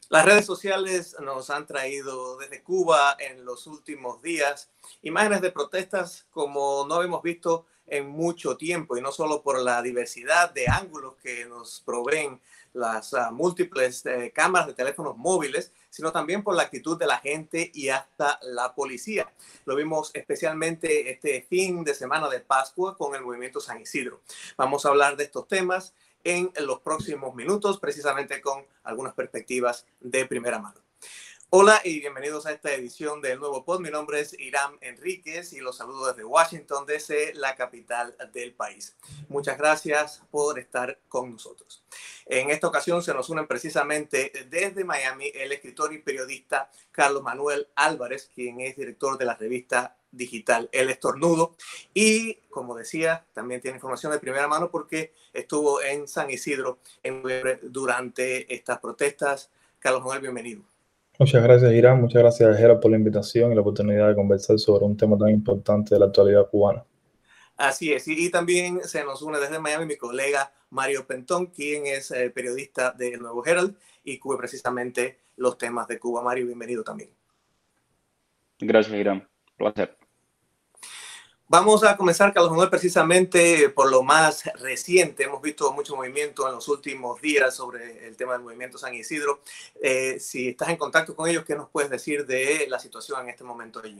Las redes sociales nos han traído desde Cuba en los últimos días imágenes de protestas como no hemos visto en mucho tiempo, y no solo por la diversidad de ángulos que nos proveen las múltiples cámaras de teléfonos móviles, sino también por la actitud de la gente y hasta la policía. Lo vimos especialmente este fin de semana de Pascua con el movimiento San Isidro. Vamos a hablar de estos temas en los próximos minutos, precisamente con algunas perspectivas de primera mano. Hola y bienvenidos a esta edición del Nuevo Pod. Mi nombre es Irán Enríquez y los saludo desde Washington, DC, la capital del país. Muchas gracias por estar con nosotros. En esta ocasión se nos unen precisamente desde Miami el escritor y periodista Carlos Manuel Álvarez, quien es director de la revista digital El Estornudo, y como decía, también tiene información de primera mano porque estuvo en San Isidro en noviembre durante estas protestas. Carlos Manuel, bienvenido. Muchas gracias, Irán. Muchas gracias, Jera, por la invitación y la oportunidad de conversar sobre un tema tan importante de la actualidad cubana. Así es, y también se nos une desde Miami mi colega Mario Pentón, quien es periodista del Nuevo Herald y cubre precisamente los temas de Cuba. Mario, bienvenido también. Gracias, Irán. Placer. Vamos a comenzar, Carlos Manuel, precisamente por lo más reciente. Hemos visto mucho movimiento en los últimos días sobre el tema del movimiento San Isidro. Si estás en contacto con ellos, ¿qué nos puedes decir de la situación en este momento allí?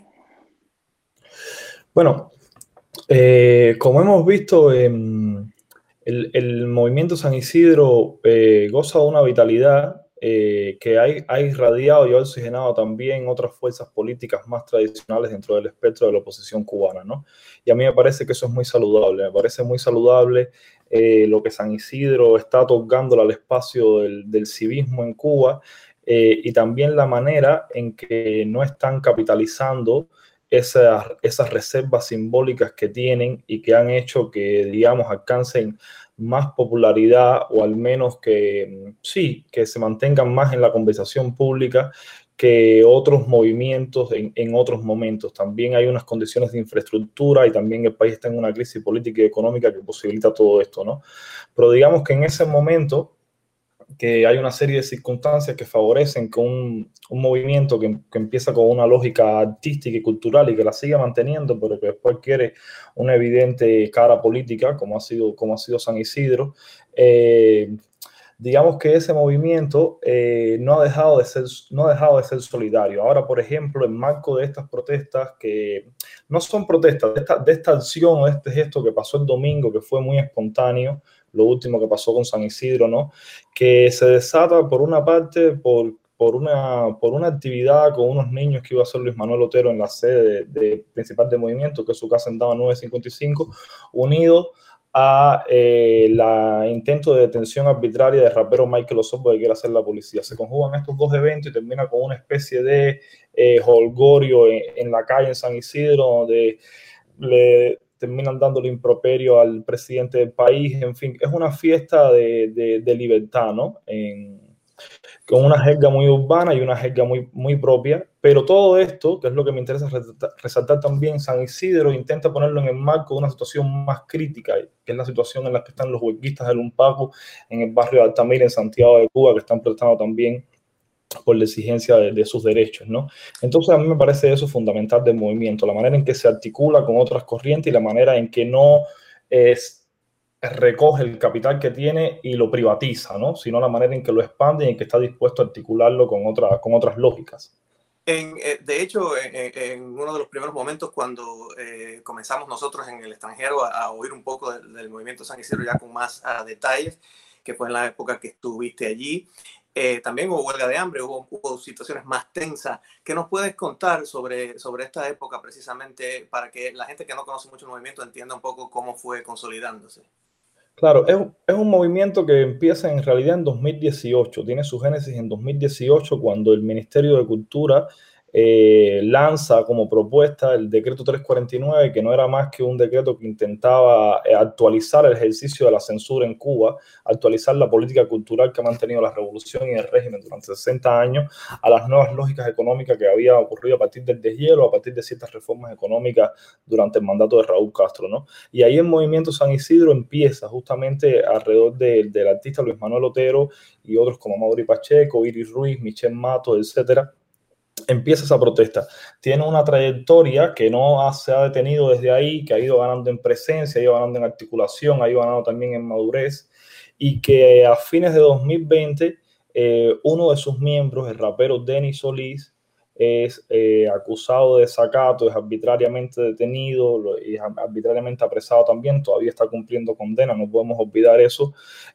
Bueno, como hemos visto, el movimiento San Isidro goza de una vitalidad que ha irradiado y ha oxigenado también otras fuerzas políticas más tradicionales dentro del espectro de la oposición cubana, ¿no? Y a mí me parece que eso es muy saludable. Me parece muy saludable lo que San Isidro está otorgándole al espacio del civismo en Cuba, y también la manera en que no están capitalizando esas reservas simbólicas que tienen y que han hecho que, digamos, alcancen más popularidad, o al menos que sí, que se mantengan más en la conversación pública que otros movimientos en otros momentos. También hay unas condiciones de infraestructura y también el país está en una crisis política y económica que posibilita todo esto, ¿no? Pero digamos que en ese momento que hay una serie de circunstancias que favorecen que un movimiento que empieza con una lógica artística y cultural y que la sigue manteniendo, pero que después quiere una evidente cara política, como ha sido San Isidro, digamos que ese movimiento no ha dejado de ser solidario. Ahora, por ejemplo, en marco de estas protestas, que no son protestas, de esta acción o de este gesto que pasó el domingo, que fue muy espontáneo, lo último que pasó con San Isidro, ¿no? Que se desata por una parte por una actividad con unos niños que iba a hacer Luis Manuel Otero en la sede principal del movimiento, que es su casa en Dama 955, unido a la intento de detención arbitraria de rapero Michael Osorbo que quiere hacer la policía. Se conjugan estos dos eventos y termina con una especie de jolgorio en la calle en San Isidro, donde le terminan dándole improperio al presidente del país. En fin, es una fiesta de libertad, ¿no? Con una jerga muy urbana y una jerga muy propia, pero todo esto, que es lo que me interesa resaltar también, San Isidro intenta ponerlo en el marco de una situación más crítica, que es la situación en la que están los huelguistas del Unpacu en el barrio de Altamira, en Santiago de Cuba, que están protestando también por la exigencia de sus derechos, ¿no? Entonces a mí me parece eso fundamental del movimiento, la manera en que se articula con otras corrientes y la manera en que no recoge el capital que tiene y lo privatiza, ¿no? Sino la manera en que lo expande y en que está dispuesto a articularlo con otras lógicas. De hecho, en uno de los primeros momentos cuando comenzamos nosotros en el extranjero a oír un poco del movimiento San Isidro ya con más detalles, que fue en la época que estuviste allí, también hubo huelga de hambre, hubo situaciones más tensas. ¿Qué nos puedes contar sobre esta época precisamente para que la gente que no conoce mucho el movimiento entienda un poco cómo fue consolidándose? Claro, es un movimiento que empieza en realidad en 2018, tiene su génesis en 2018 cuando el Ministerio de Cultura lanza como propuesta el decreto 349, que no era más que un decreto que intentaba actualizar el ejercicio de la censura en Cuba, actualizar la política cultural que ha mantenido la revolución y el régimen durante 60 años a las nuevas lógicas económicas que había ocurrido a partir del deshielo, a partir de ciertas reformas económicas durante el mandato de Raúl Castro, ¿no? Y ahí el movimiento San Isidro empieza justamente alrededor del artista Luis Manuel Otero y otros como Mauri Pacheco, Iris Ruiz, Michel Matos, etcétera. Empieza esa protesta. Tiene una trayectoria que no se ha detenido desde ahí, que ha ido ganando en presencia, ha ido ganando en articulación, ha ido ganando también en madurez, y que a fines de 2020 uno de sus miembros, el rapero Denis Solís, es acusado de desacato, es arbitrariamente detenido y es arbitrariamente apresado también, todavía está cumpliendo condena, no podemos olvidar eso.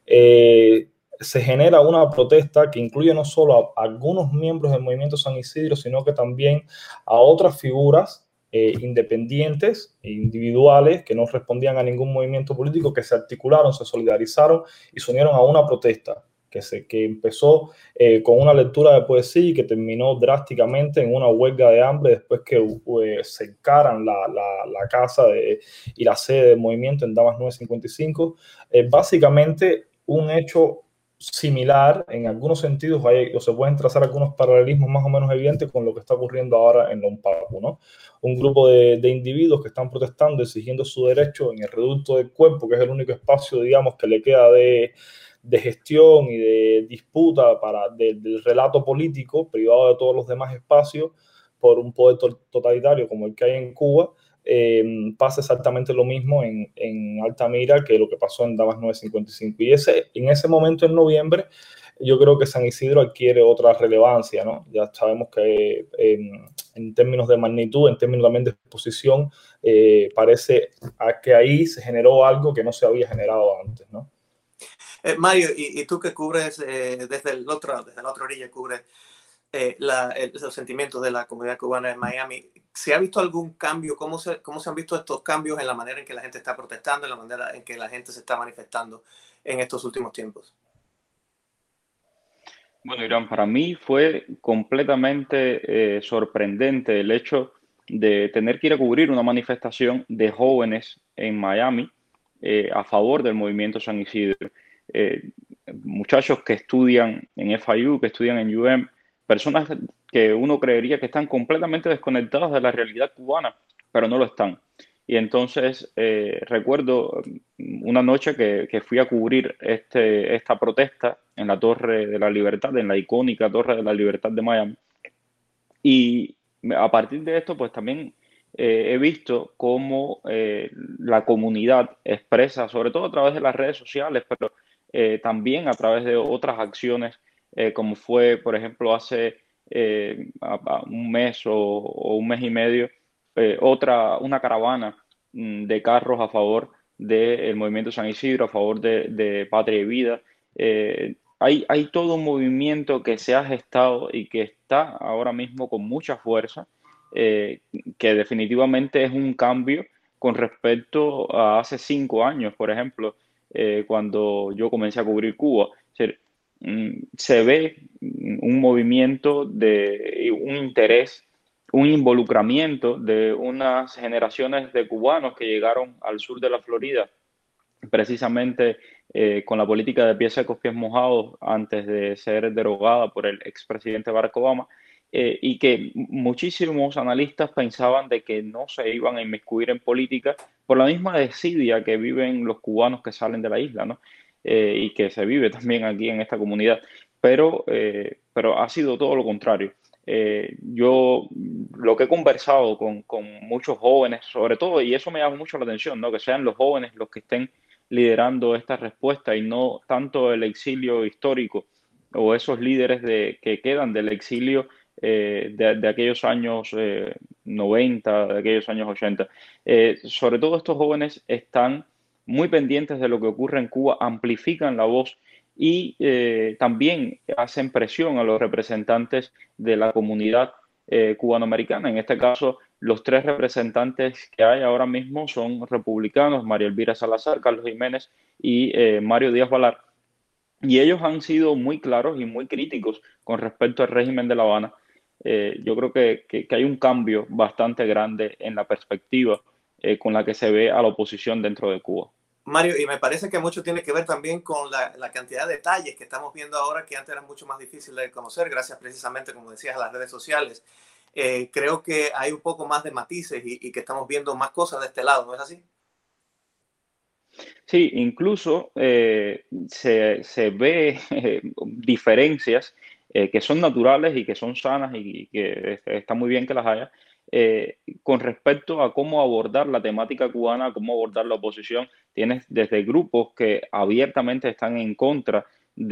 Se genera una protesta que incluye no solo a algunos miembros del movimiento San Isidro, sino que también a otras figuras independientes e individuales que no respondían a ningún movimiento político, que se articularon, se solidarizaron y se unieron a una protesta que empezó con una lectura de poesía y que terminó drásticamente en una huelga de hambre después que cercaran la casa y la sede del movimiento en Damas 955. Básicamente un hecho similar en algunos sentidos, o se pueden trazar algunos paralelismos más o menos evidentes con lo que está ocurriendo ahora en Lompapu, ¿no? Un grupo de individuos que están protestando, exigiendo su derecho en el reducto del cuerpo, que es el único espacio, digamos, que le queda de gestión y de disputa del relato político, privado de todos los demás espacios, por un poder totalitario como el que hay en Cuba. Pasa exactamente lo mismo en Altamira que lo que pasó en Damas 955. Y en ese momento, en noviembre, yo creo que San Isidro adquiere otra relevancia, ¿no? Ya sabemos que en términos de magnitud, en términos también de exposición, parece que ahí se generó algo que no se había generado antes, ¿no? Mario, y tú que cubres desde la otra orilla, cubres los sentimientos de la comunidad cubana en Miami, ¿se ha visto algún cambio? ¿Cómo se han visto estos cambios en la manera en que la gente está protestando, en la manera en que la gente se está manifestando en estos últimos tiempos? Bueno, Irán, para mí fue completamente sorprendente el hecho de tener que ir a cubrir una manifestación de jóvenes en Miami a favor del movimiento San Isidro. Eh, Muchachos que estudian en FIU, que estudian en UM, personas que uno creería que están completamente desconectadas de la realidad cubana, pero no lo están. Y entonces recuerdo una noche que fui a cubrir esta protesta en la Torre de la Libertad, en la icónica Torre de la Libertad de Miami. Y a partir de esto, pues también he visto cómo la comunidad expresa, sobre todo a través de las redes sociales, pero también a través de otras acciones, como fue, por ejemplo, hace un mes o un mes y medio, una caravana de carros a favor del movimiento San Isidro, a favor de Patria y Vida. Hay todo un movimiento que se ha gestado y que está ahora mismo con mucha fuerza, que definitivamente es un cambio con respecto a hace 5 años, por ejemplo, cuando yo comencé a cubrir Cuba. Es decir, se ve un movimiento un interés, un involucramiento de unas generaciones de cubanos que llegaron al sur de la Florida precisamente con la política de pies secos, pies mojados antes de ser derogada por el expresidente Barack Obama, y que muchísimos analistas pensaban de que no se iban a inmiscuir en política por la misma desidia que viven los cubanos que salen de la isla, ¿no? Y que se vive también aquí en esta comunidad, pero ha sido todo lo contrario. Yo lo que he conversado con muchos jóvenes, sobre todo, y eso me llama mucho la atención, ¿no? Que sean los jóvenes los que estén liderando esta respuesta y no tanto el exilio histórico o esos líderes que quedan del exilio de aquellos años 90, de aquellos años 80. Sobre todo estos jóvenes están muy pendientes de lo que ocurre en Cuba, amplifican la voz y también hacen presión a los representantes de la comunidad cubanoamericana. En este caso, los 3 representantes que hay ahora mismo son republicanos: María Elvira Salazar, Carlos Jiménez y Mario Díaz Balart. Y ellos han sido muy claros y muy críticos con respecto al régimen de La Habana, yo creo que hay un cambio bastante grande en la perspectiva con la que se ve a la oposición dentro de Cuba. Mario, y me parece que mucho tiene que ver también con la cantidad de detalles que estamos viendo ahora, que antes era mucho más difícil de conocer, gracias precisamente, como decías, a las redes sociales. Creo que hay un poco más de matices y que estamos viendo más cosas de este lado, ¿no es así? Sí, incluso se ve diferencias que son naturales y que son sanas y que está muy bien que las haya, con respecto a cómo abordar la temática cubana, cómo abordar la oposición. Tienes desde grupos que abiertamente están en contra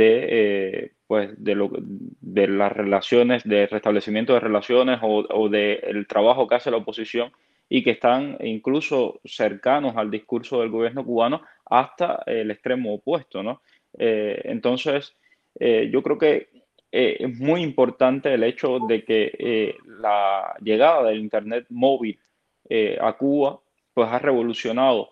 pues de las relaciones, de restablecimiento de relaciones o del trabajo que hace la oposición y que están incluso cercanos al discurso del gobierno cubano hasta el extremo opuesto, ¿no? Entonces, yo creo que es muy importante el hecho de que la llegada del Internet móvil a Cuba, pues ha revolucionado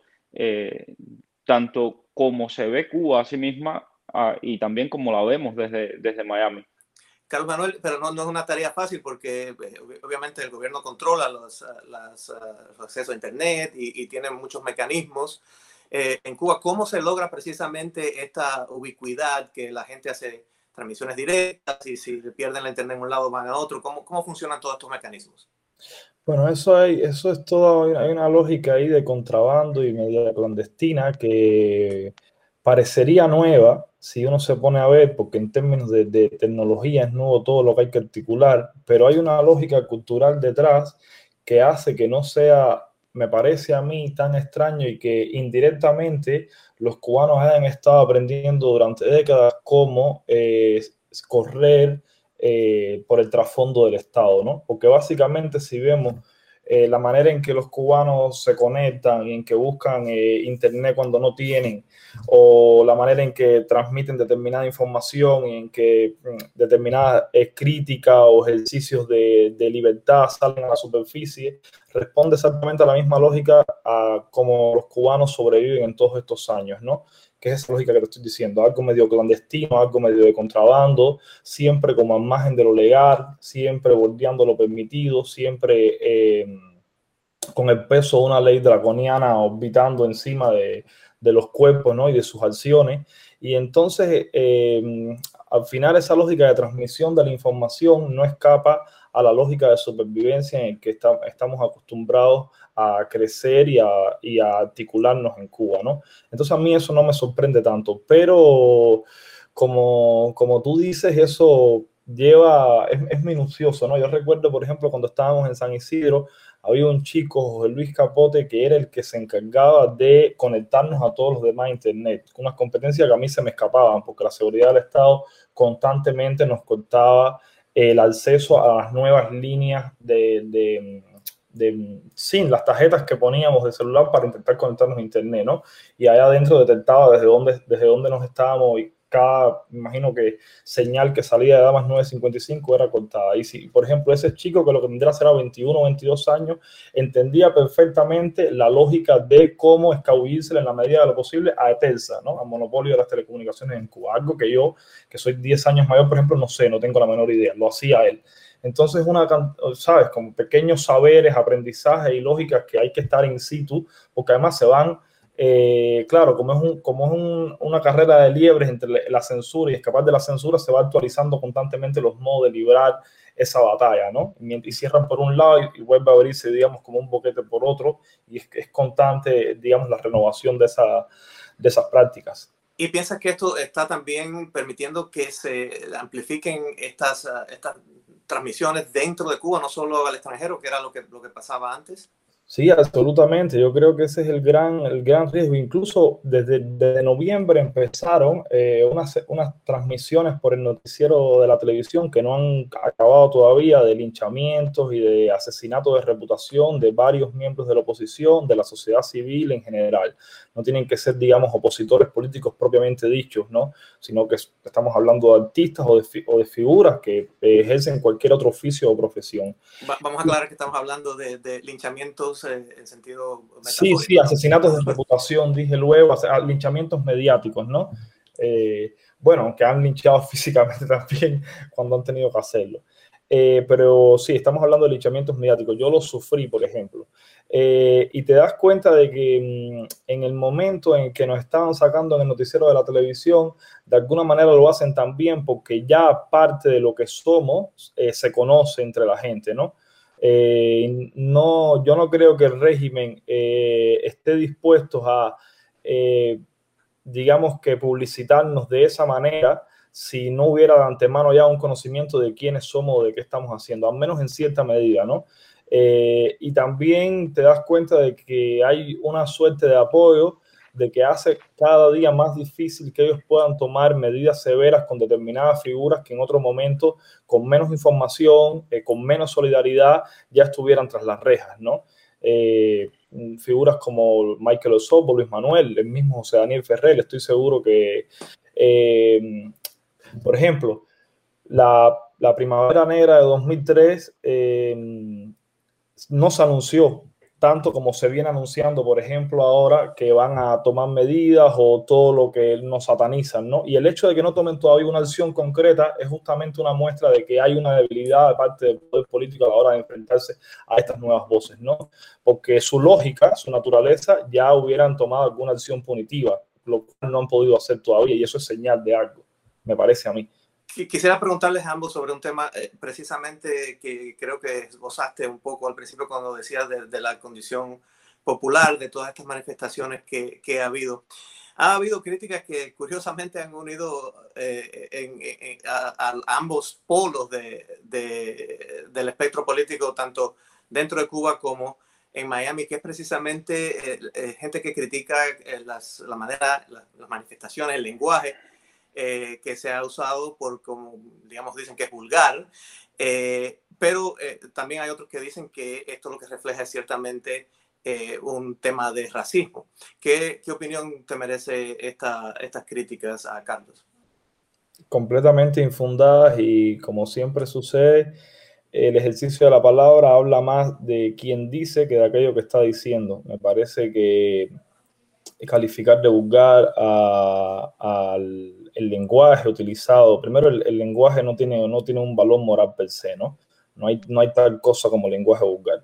tanto como se ve Cuba a sí misma y también como la vemos desde Miami. Carlos Manuel, pero no es una tarea fácil porque obviamente el gobierno controla los accesos a Internet y tiene muchos mecanismos. En Cuba, ¿cómo se logra precisamente esta ubicuidad que la gente hace transmisiones directas y si pierden la Internet en un lado van a otro? ¿Cómo funcionan todos estos mecanismos? Bueno, eso es todo, hay una lógica ahí de contrabando y media clandestina que parecería nueva si uno se pone a ver, porque en términos de tecnología es nuevo todo lo que hay que articular, pero hay una lógica cultural detrás que hace que no sea, me parece a mí, tan extraño y que indirectamente los cubanos hayan estado aprendiendo durante décadas cómo correr por el trasfondo del Estado, ¿no? Porque básicamente si vemos la manera en que los cubanos se conectan y en que buscan internet cuando no tienen, o la manera en que transmiten determinada información y en que determinadas críticas o ejercicios de libertad salen a la superficie, responde exactamente a la misma lógica a cómo los cubanos sobreviven en todos estos años, ¿no? Que es esa lógica que te estoy diciendo, algo medio clandestino, algo medio de contrabando, siempre como al margen de lo legal, siempre bordeando lo permitido, siempre con el peso de una ley draconiana orbitando encima de los cuerpos, ¿no? Y de sus acciones. Y entonces, al final, esa lógica de transmisión de la información no escapa a la lógica de supervivencia en que estamos acostumbrados a crecer y a articularnos en Cuba, ¿no? Entonces a mí eso no me sorprende tanto, pero como tú dices, eso es minucioso, ¿no? Yo recuerdo, por ejemplo, cuando estábamos en San Isidro, había un chico, José Luis Capote, que era el que se encargaba de conectarnos a todos los demás a Internet, con unas competencias que a mí se me escapaban, porque la seguridad del Estado constantemente nos cortaba el acceso a las nuevas líneas sin las tarjetas que poníamos de celular para intentar conectarnos a Internet, ¿no? Y allá adentro detectaba desde dónde nos estábamos y cada, imagino que señal que salía de Damas 955 era cortada. Y si, por ejemplo, ese chico que lo que tendría será 21 o 22 años, entendía perfectamente la lógica de cómo escabullirse en la medida de lo posible a Telsa, ¿no? Al monopolio de las telecomunicaciones en Cuba. Algo que yo, que soy 10 años mayor, por ejemplo, no sé, no tengo la menor idea. Lo hacía él. Entonces, ¿sabes? Como pequeños saberes, aprendizajes y lógicas que hay que estar in situ, porque además se van, claro, como es una carrera de liebres entre la censura y escapar de la censura, se va actualizando constantemente los modos de librar esa batalla, ¿no? Y cierran por un lado y vuelve a abrirse, digamos, como un boquete por otro, y es constante, digamos, la renovación de esas prácticas. ¿Y piensas que esto está también permitiendo que se amplifiquen estas transmisiones dentro de Cuba, no solo al extranjero, que era lo que pasaba antes? Sí, absolutamente. Yo creo que ese es el gran riesgo. Incluso desde noviembre empezaron unas transmisiones por el noticiero de la televisión que no han acabado todavía, de linchamientos y de asesinatos de reputación de varios miembros de la oposición, de la sociedad civil en general. No tienen que ser, digamos, opositores políticos propiamente dichos, ¿no? Sino que estamos hablando de artistas o de figuras que ejercen cualquier otro oficio o profesión. Vamos a aclarar que estamos hablando de linchamientos en sentido metafórico. Sí, asesinatos de reputación, dije luego, linchamientos mediáticos, ¿no? Bueno, aunque han linchado físicamente también cuando han tenido que hacerlo. Pero sí, estamos hablando de linchamientos mediáticos. Yo los sufrí, por ejemplo. Y te das cuenta de que en el momento en que nos estaban sacando en el noticiero de la televisión, de alguna manera lo hacen también porque ya parte de lo que somos se conoce entre la gente, ¿no? No, yo no creo que el régimen esté dispuesto a, digamos, que publicitarnos de esa manera si no hubiera de antemano ya un conocimiento de quiénes somos o de qué estamos haciendo, al menos en cierta medida, ¿no? Y también te das cuenta de que hay una suerte de apoyo, de que hace cada día más difícil que ellos puedan tomar medidas severas con determinadas figuras que en otro momento, con menos información, con menos solidaridad, ya estuvieran tras las rejas, ¿no? Figuras como Michael Osorbo, Luis Manuel, el mismo José Daniel Ferrer, estoy seguro que, por ejemplo, la Primavera Negra de 2003 no se anunció tanto como se viene anunciando, por ejemplo, ahora que van a tomar medidas o todo lo que nos satanizan, ¿no? Y el hecho de que no tomen todavía una acción concreta es justamente una muestra de que hay una debilidad de parte del poder político a la hora de enfrentarse a estas nuevas voces, ¿no? Porque su lógica, su naturaleza, ya hubieran tomado alguna acción punitiva, lo cual no han podido hacer todavía, y eso es señal de algo, me parece a mí. Quisiera preguntarles a ambos sobre un tema precisamente que creo que esbozaste un poco al principio cuando decías de la condición popular, de todas estas manifestaciones que ha habido. Ha habido críticas que curiosamente han unido a ambos polos del espectro político, tanto dentro de Cuba como en Miami, que es precisamente gente que critica la manera, las manifestaciones, el lenguaje que se ha usado por, como digamos, dicen que es vulgar, pero también hay otros que dicen que esto lo que refleja es ciertamente un tema de racismo. ¿Qué opinión te merece estas críticas a Carlos? Completamente infundadas y, como siempre sucede, el ejercicio de la palabra habla más de quien dice que de aquello que está diciendo. Me parece que calificar de vulgar al el lenguaje utilizado, primero el lenguaje no tiene un valor moral per se, ¿no? No hay tal cosa como lenguaje vulgar.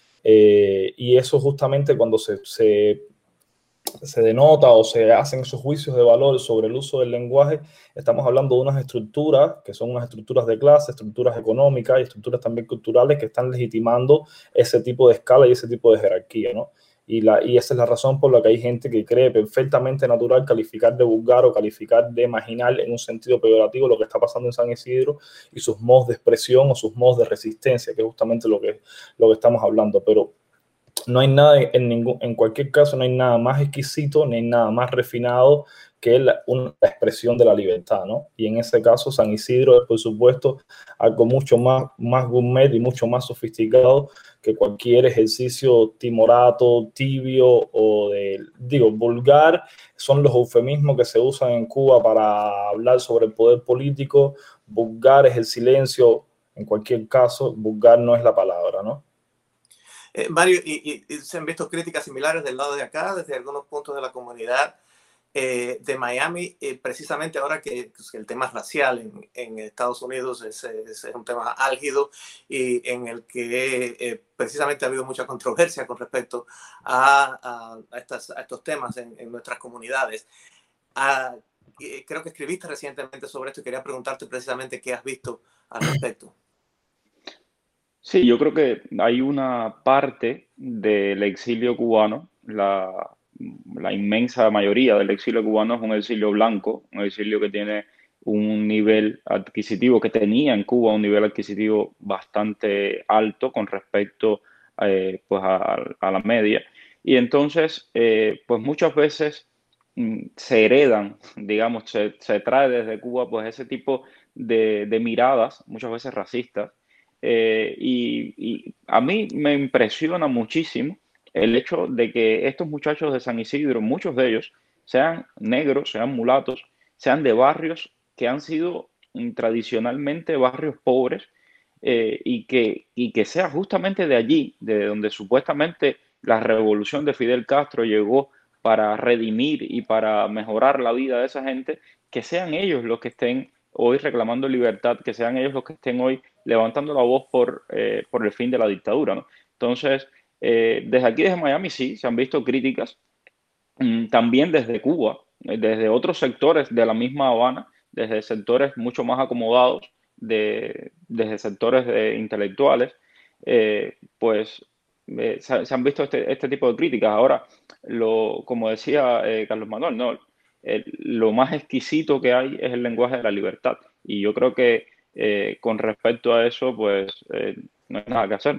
Y eso justamente cuando se denota o se hacen esos juicios de valor sobre el uso del lenguaje, estamos hablando de unas estructuras que son unas estructuras de clase, estructuras económicas y estructuras también culturales que están legitimando ese tipo de escala y ese tipo de jerarquía, ¿no? Y esa es la razón por la que hay gente que cree perfectamente natural calificar de vulgar o calificar de marginal en un sentido peyorativo lo que está pasando en San Isidro y sus modos de expresión o sus modos de resistencia, que es justamente lo que estamos hablando. Pero no hay nada, en cualquier caso, no hay nada más exquisito, ni nada más refinado que la expresión de la libertad, ¿no? Y en ese caso, San Isidro es, por supuesto, algo mucho más gourmet y mucho más sofisticado que cualquier ejercicio timorato, tibio o vulgar. Son los eufemismos que se usan en Cuba para hablar sobre el poder político. Vulgar es el silencio, en cualquier caso, vulgar no es la palabra, ¿no? Mario, y se han visto críticas similares del lado de acá, desde algunos puntos de la comunidad de Miami, precisamente ahora que el tema racial en Estados Unidos es un tema álgido y en el que precisamente ha habido mucha controversia con respecto a estos temas en nuestras comunidades. Creo que escribiste recientemente sobre esto y quería preguntarte precisamente qué has visto al respecto. Sí, yo creo que hay una parte del exilio cubano, la inmensa mayoría del exilio cubano es un exilio blanco, un exilio que tiene un nivel adquisitivo, que tenía en Cuba un nivel adquisitivo bastante alto con respecto pues a la media. Y entonces, pues muchas veces se heredan, digamos, se trae desde Cuba pues ese tipo de miradas, muchas veces racistas. Y a mí me impresiona muchísimo el hecho de que estos muchachos de San Isidro, muchos de ellos, sean negros, sean mulatos, sean de barrios que han sido tradicionalmente barrios pobres y que sea justamente de allí, de donde supuestamente la revolución de Fidel Castro llegó para redimir y para mejorar la vida de esa gente, que sean ellos los que estén hoy reclamando libertad, que sean ellos los que estén hoy levantando la voz por el fin de la dictadura, ¿no? Entonces, desde aquí, desde Miami, sí, se han visto críticas, también desde Cuba, desde otros sectores de la misma Habana, desde sectores mucho más acomodados, desde sectores intelectuales, pues se han visto este tipo de críticas. Ahora, como decía Carlos Manuel, ¿no? Lo más exquisito que hay es el lenguaje de la libertad. Y yo creo que con respecto a eso, pues no hay nada que hacer.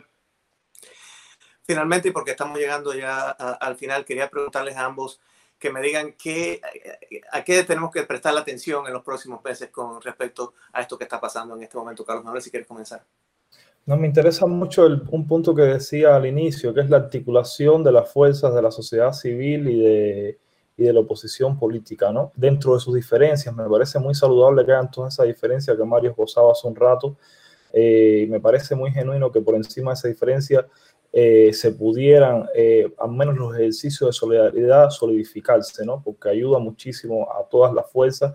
Finalmente, porque estamos llegando ya al final, quería preguntarles a ambos que me digan a qué tenemos que prestar la atención en los próximos meses con respecto a esto que está pasando en este momento. Carlos Manuel, si quieres comenzar. No, me interesa mucho un punto que decía al inicio, que es la articulación de las fuerzas de la sociedad civil y de la oposición política, ¿no? Dentro de sus diferencias, me parece muy saludable que hagan todas esas diferencias que Mario gozaba hace un rato. Me parece muy genuino que por encima de esa diferencia se pudieran, al menos los ejercicios de solidaridad, solidificarse, ¿no? Porque ayuda muchísimo a todas las fuerzas.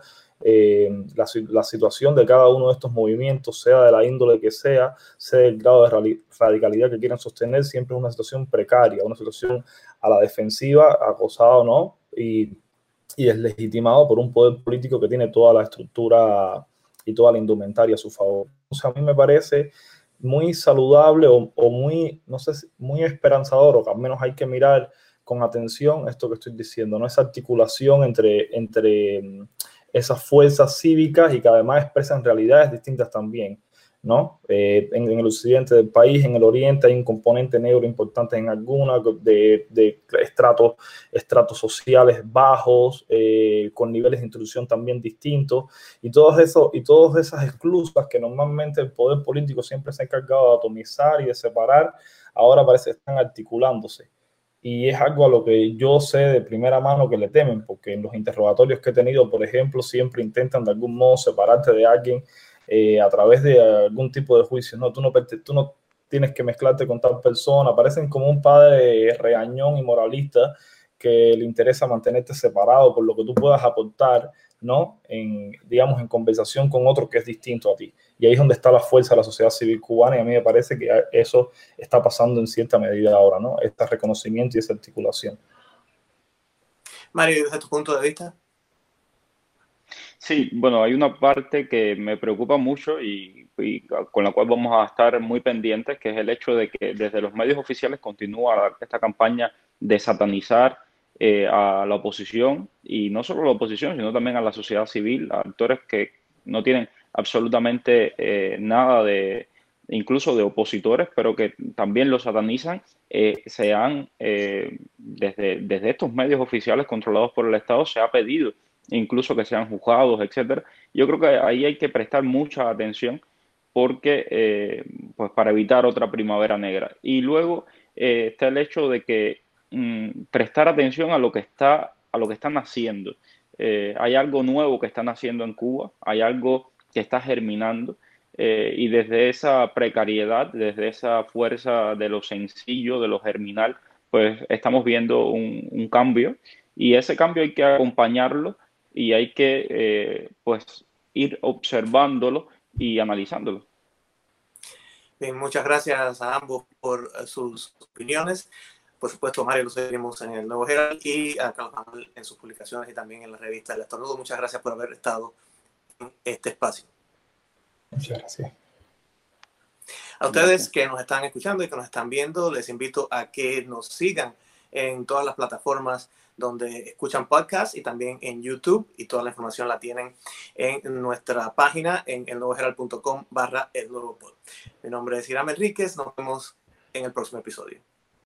La situación de cada uno de estos movimientos, sea de la índole que sea el grado de radicalidad que quieran sostener, siempre es una situación precaria, una situación a la defensiva, acosado, ¿no? Y es legitimado por un poder político que tiene toda la estructura y toda la indumentaria a su favor. O sea, a mí me parece muy saludable o muy, no sé, muy esperanzador, o que al menos hay que mirar con atención esto que estoy diciendo, ¿no? Esa articulación entre esas fuerzas cívicas y que además expresan realidades distintas también, ¿no? En el occidente del país, en el oriente, hay un componente negro importante en algunas, de estratos sociales bajos, con niveles de instrucción también distintos, y todas esas exclusas que normalmente el poder político siempre se ha encargado de atomizar y de separar, ahora parece que están articulándose. Y es algo a lo que yo sé de primera mano que le temen, porque en los interrogatorios que he tenido, por ejemplo, siempre intentan de algún modo separarte de alguien a través de algún tipo de juicio. No, tú no tienes que mezclarte con tal persona. Parecen como un padre regañón y moralista que le interesa mantenerte separado por lo que tú puedas aportar, ¿no? Digamos, en conversación con otro que es distinto a ti. Y ahí es donde está la fuerza de la sociedad civil cubana, y a mí me parece que eso está pasando en cierta medida ahora, ¿no? Este reconocimiento y esa articulación. Mario, desde tu punto de vista. Sí, bueno, hay una parte que me preocupa mucho y con la cual vamos a estar muy pendientes, que es el hecho de que desde los medios oficiales continúa esta campaña de satanizar a la oposición, y no solo a la oposición, sino también a la sociedad civil, a actores que no tienen absolutamente nada incluso de opositores, pero que también lo satanizan. Desde estos medios oficiales controlados por el Estado se ha pedido incluso que sean juzgados, etcétera. Yo creo que ahí hay que prestar mucha atención porque, pues para evitar otra primavera negra. Y luego está el hecho de que prestar atención a lo que están haciendo. Hay algo nuevo que están haciendo en Cuba, hay algo que está germinando, y desde esa precariedad, desde esa fuerza de lo sencillo, de lo germinal, pues estamos viendo un cambio, y ese cambio hay que acompañarlo y hay que pues ir observándolo y analizándolo. Bien, muchas gracias a ambos por sus opiniones. Por supuesto, Mario, lo seguimos en el Nuevo Herald, y a Carlos Manuel en sus publicaciones y también en la revista El Estornudo. Muchas gracias por haber estado en este espacio. Muchas gracias. A ustedes que nos están escuchando y que nos están viendo, les invito a que nos sigan en todas las plataformas donde escuchan podcasts y también en YouTube, y toda la información la tienen en nuestra página en elnuevoherald.com/elnuevopod. Mi nombre es Hiram Enríquez, nos vemos en el próximo episodio.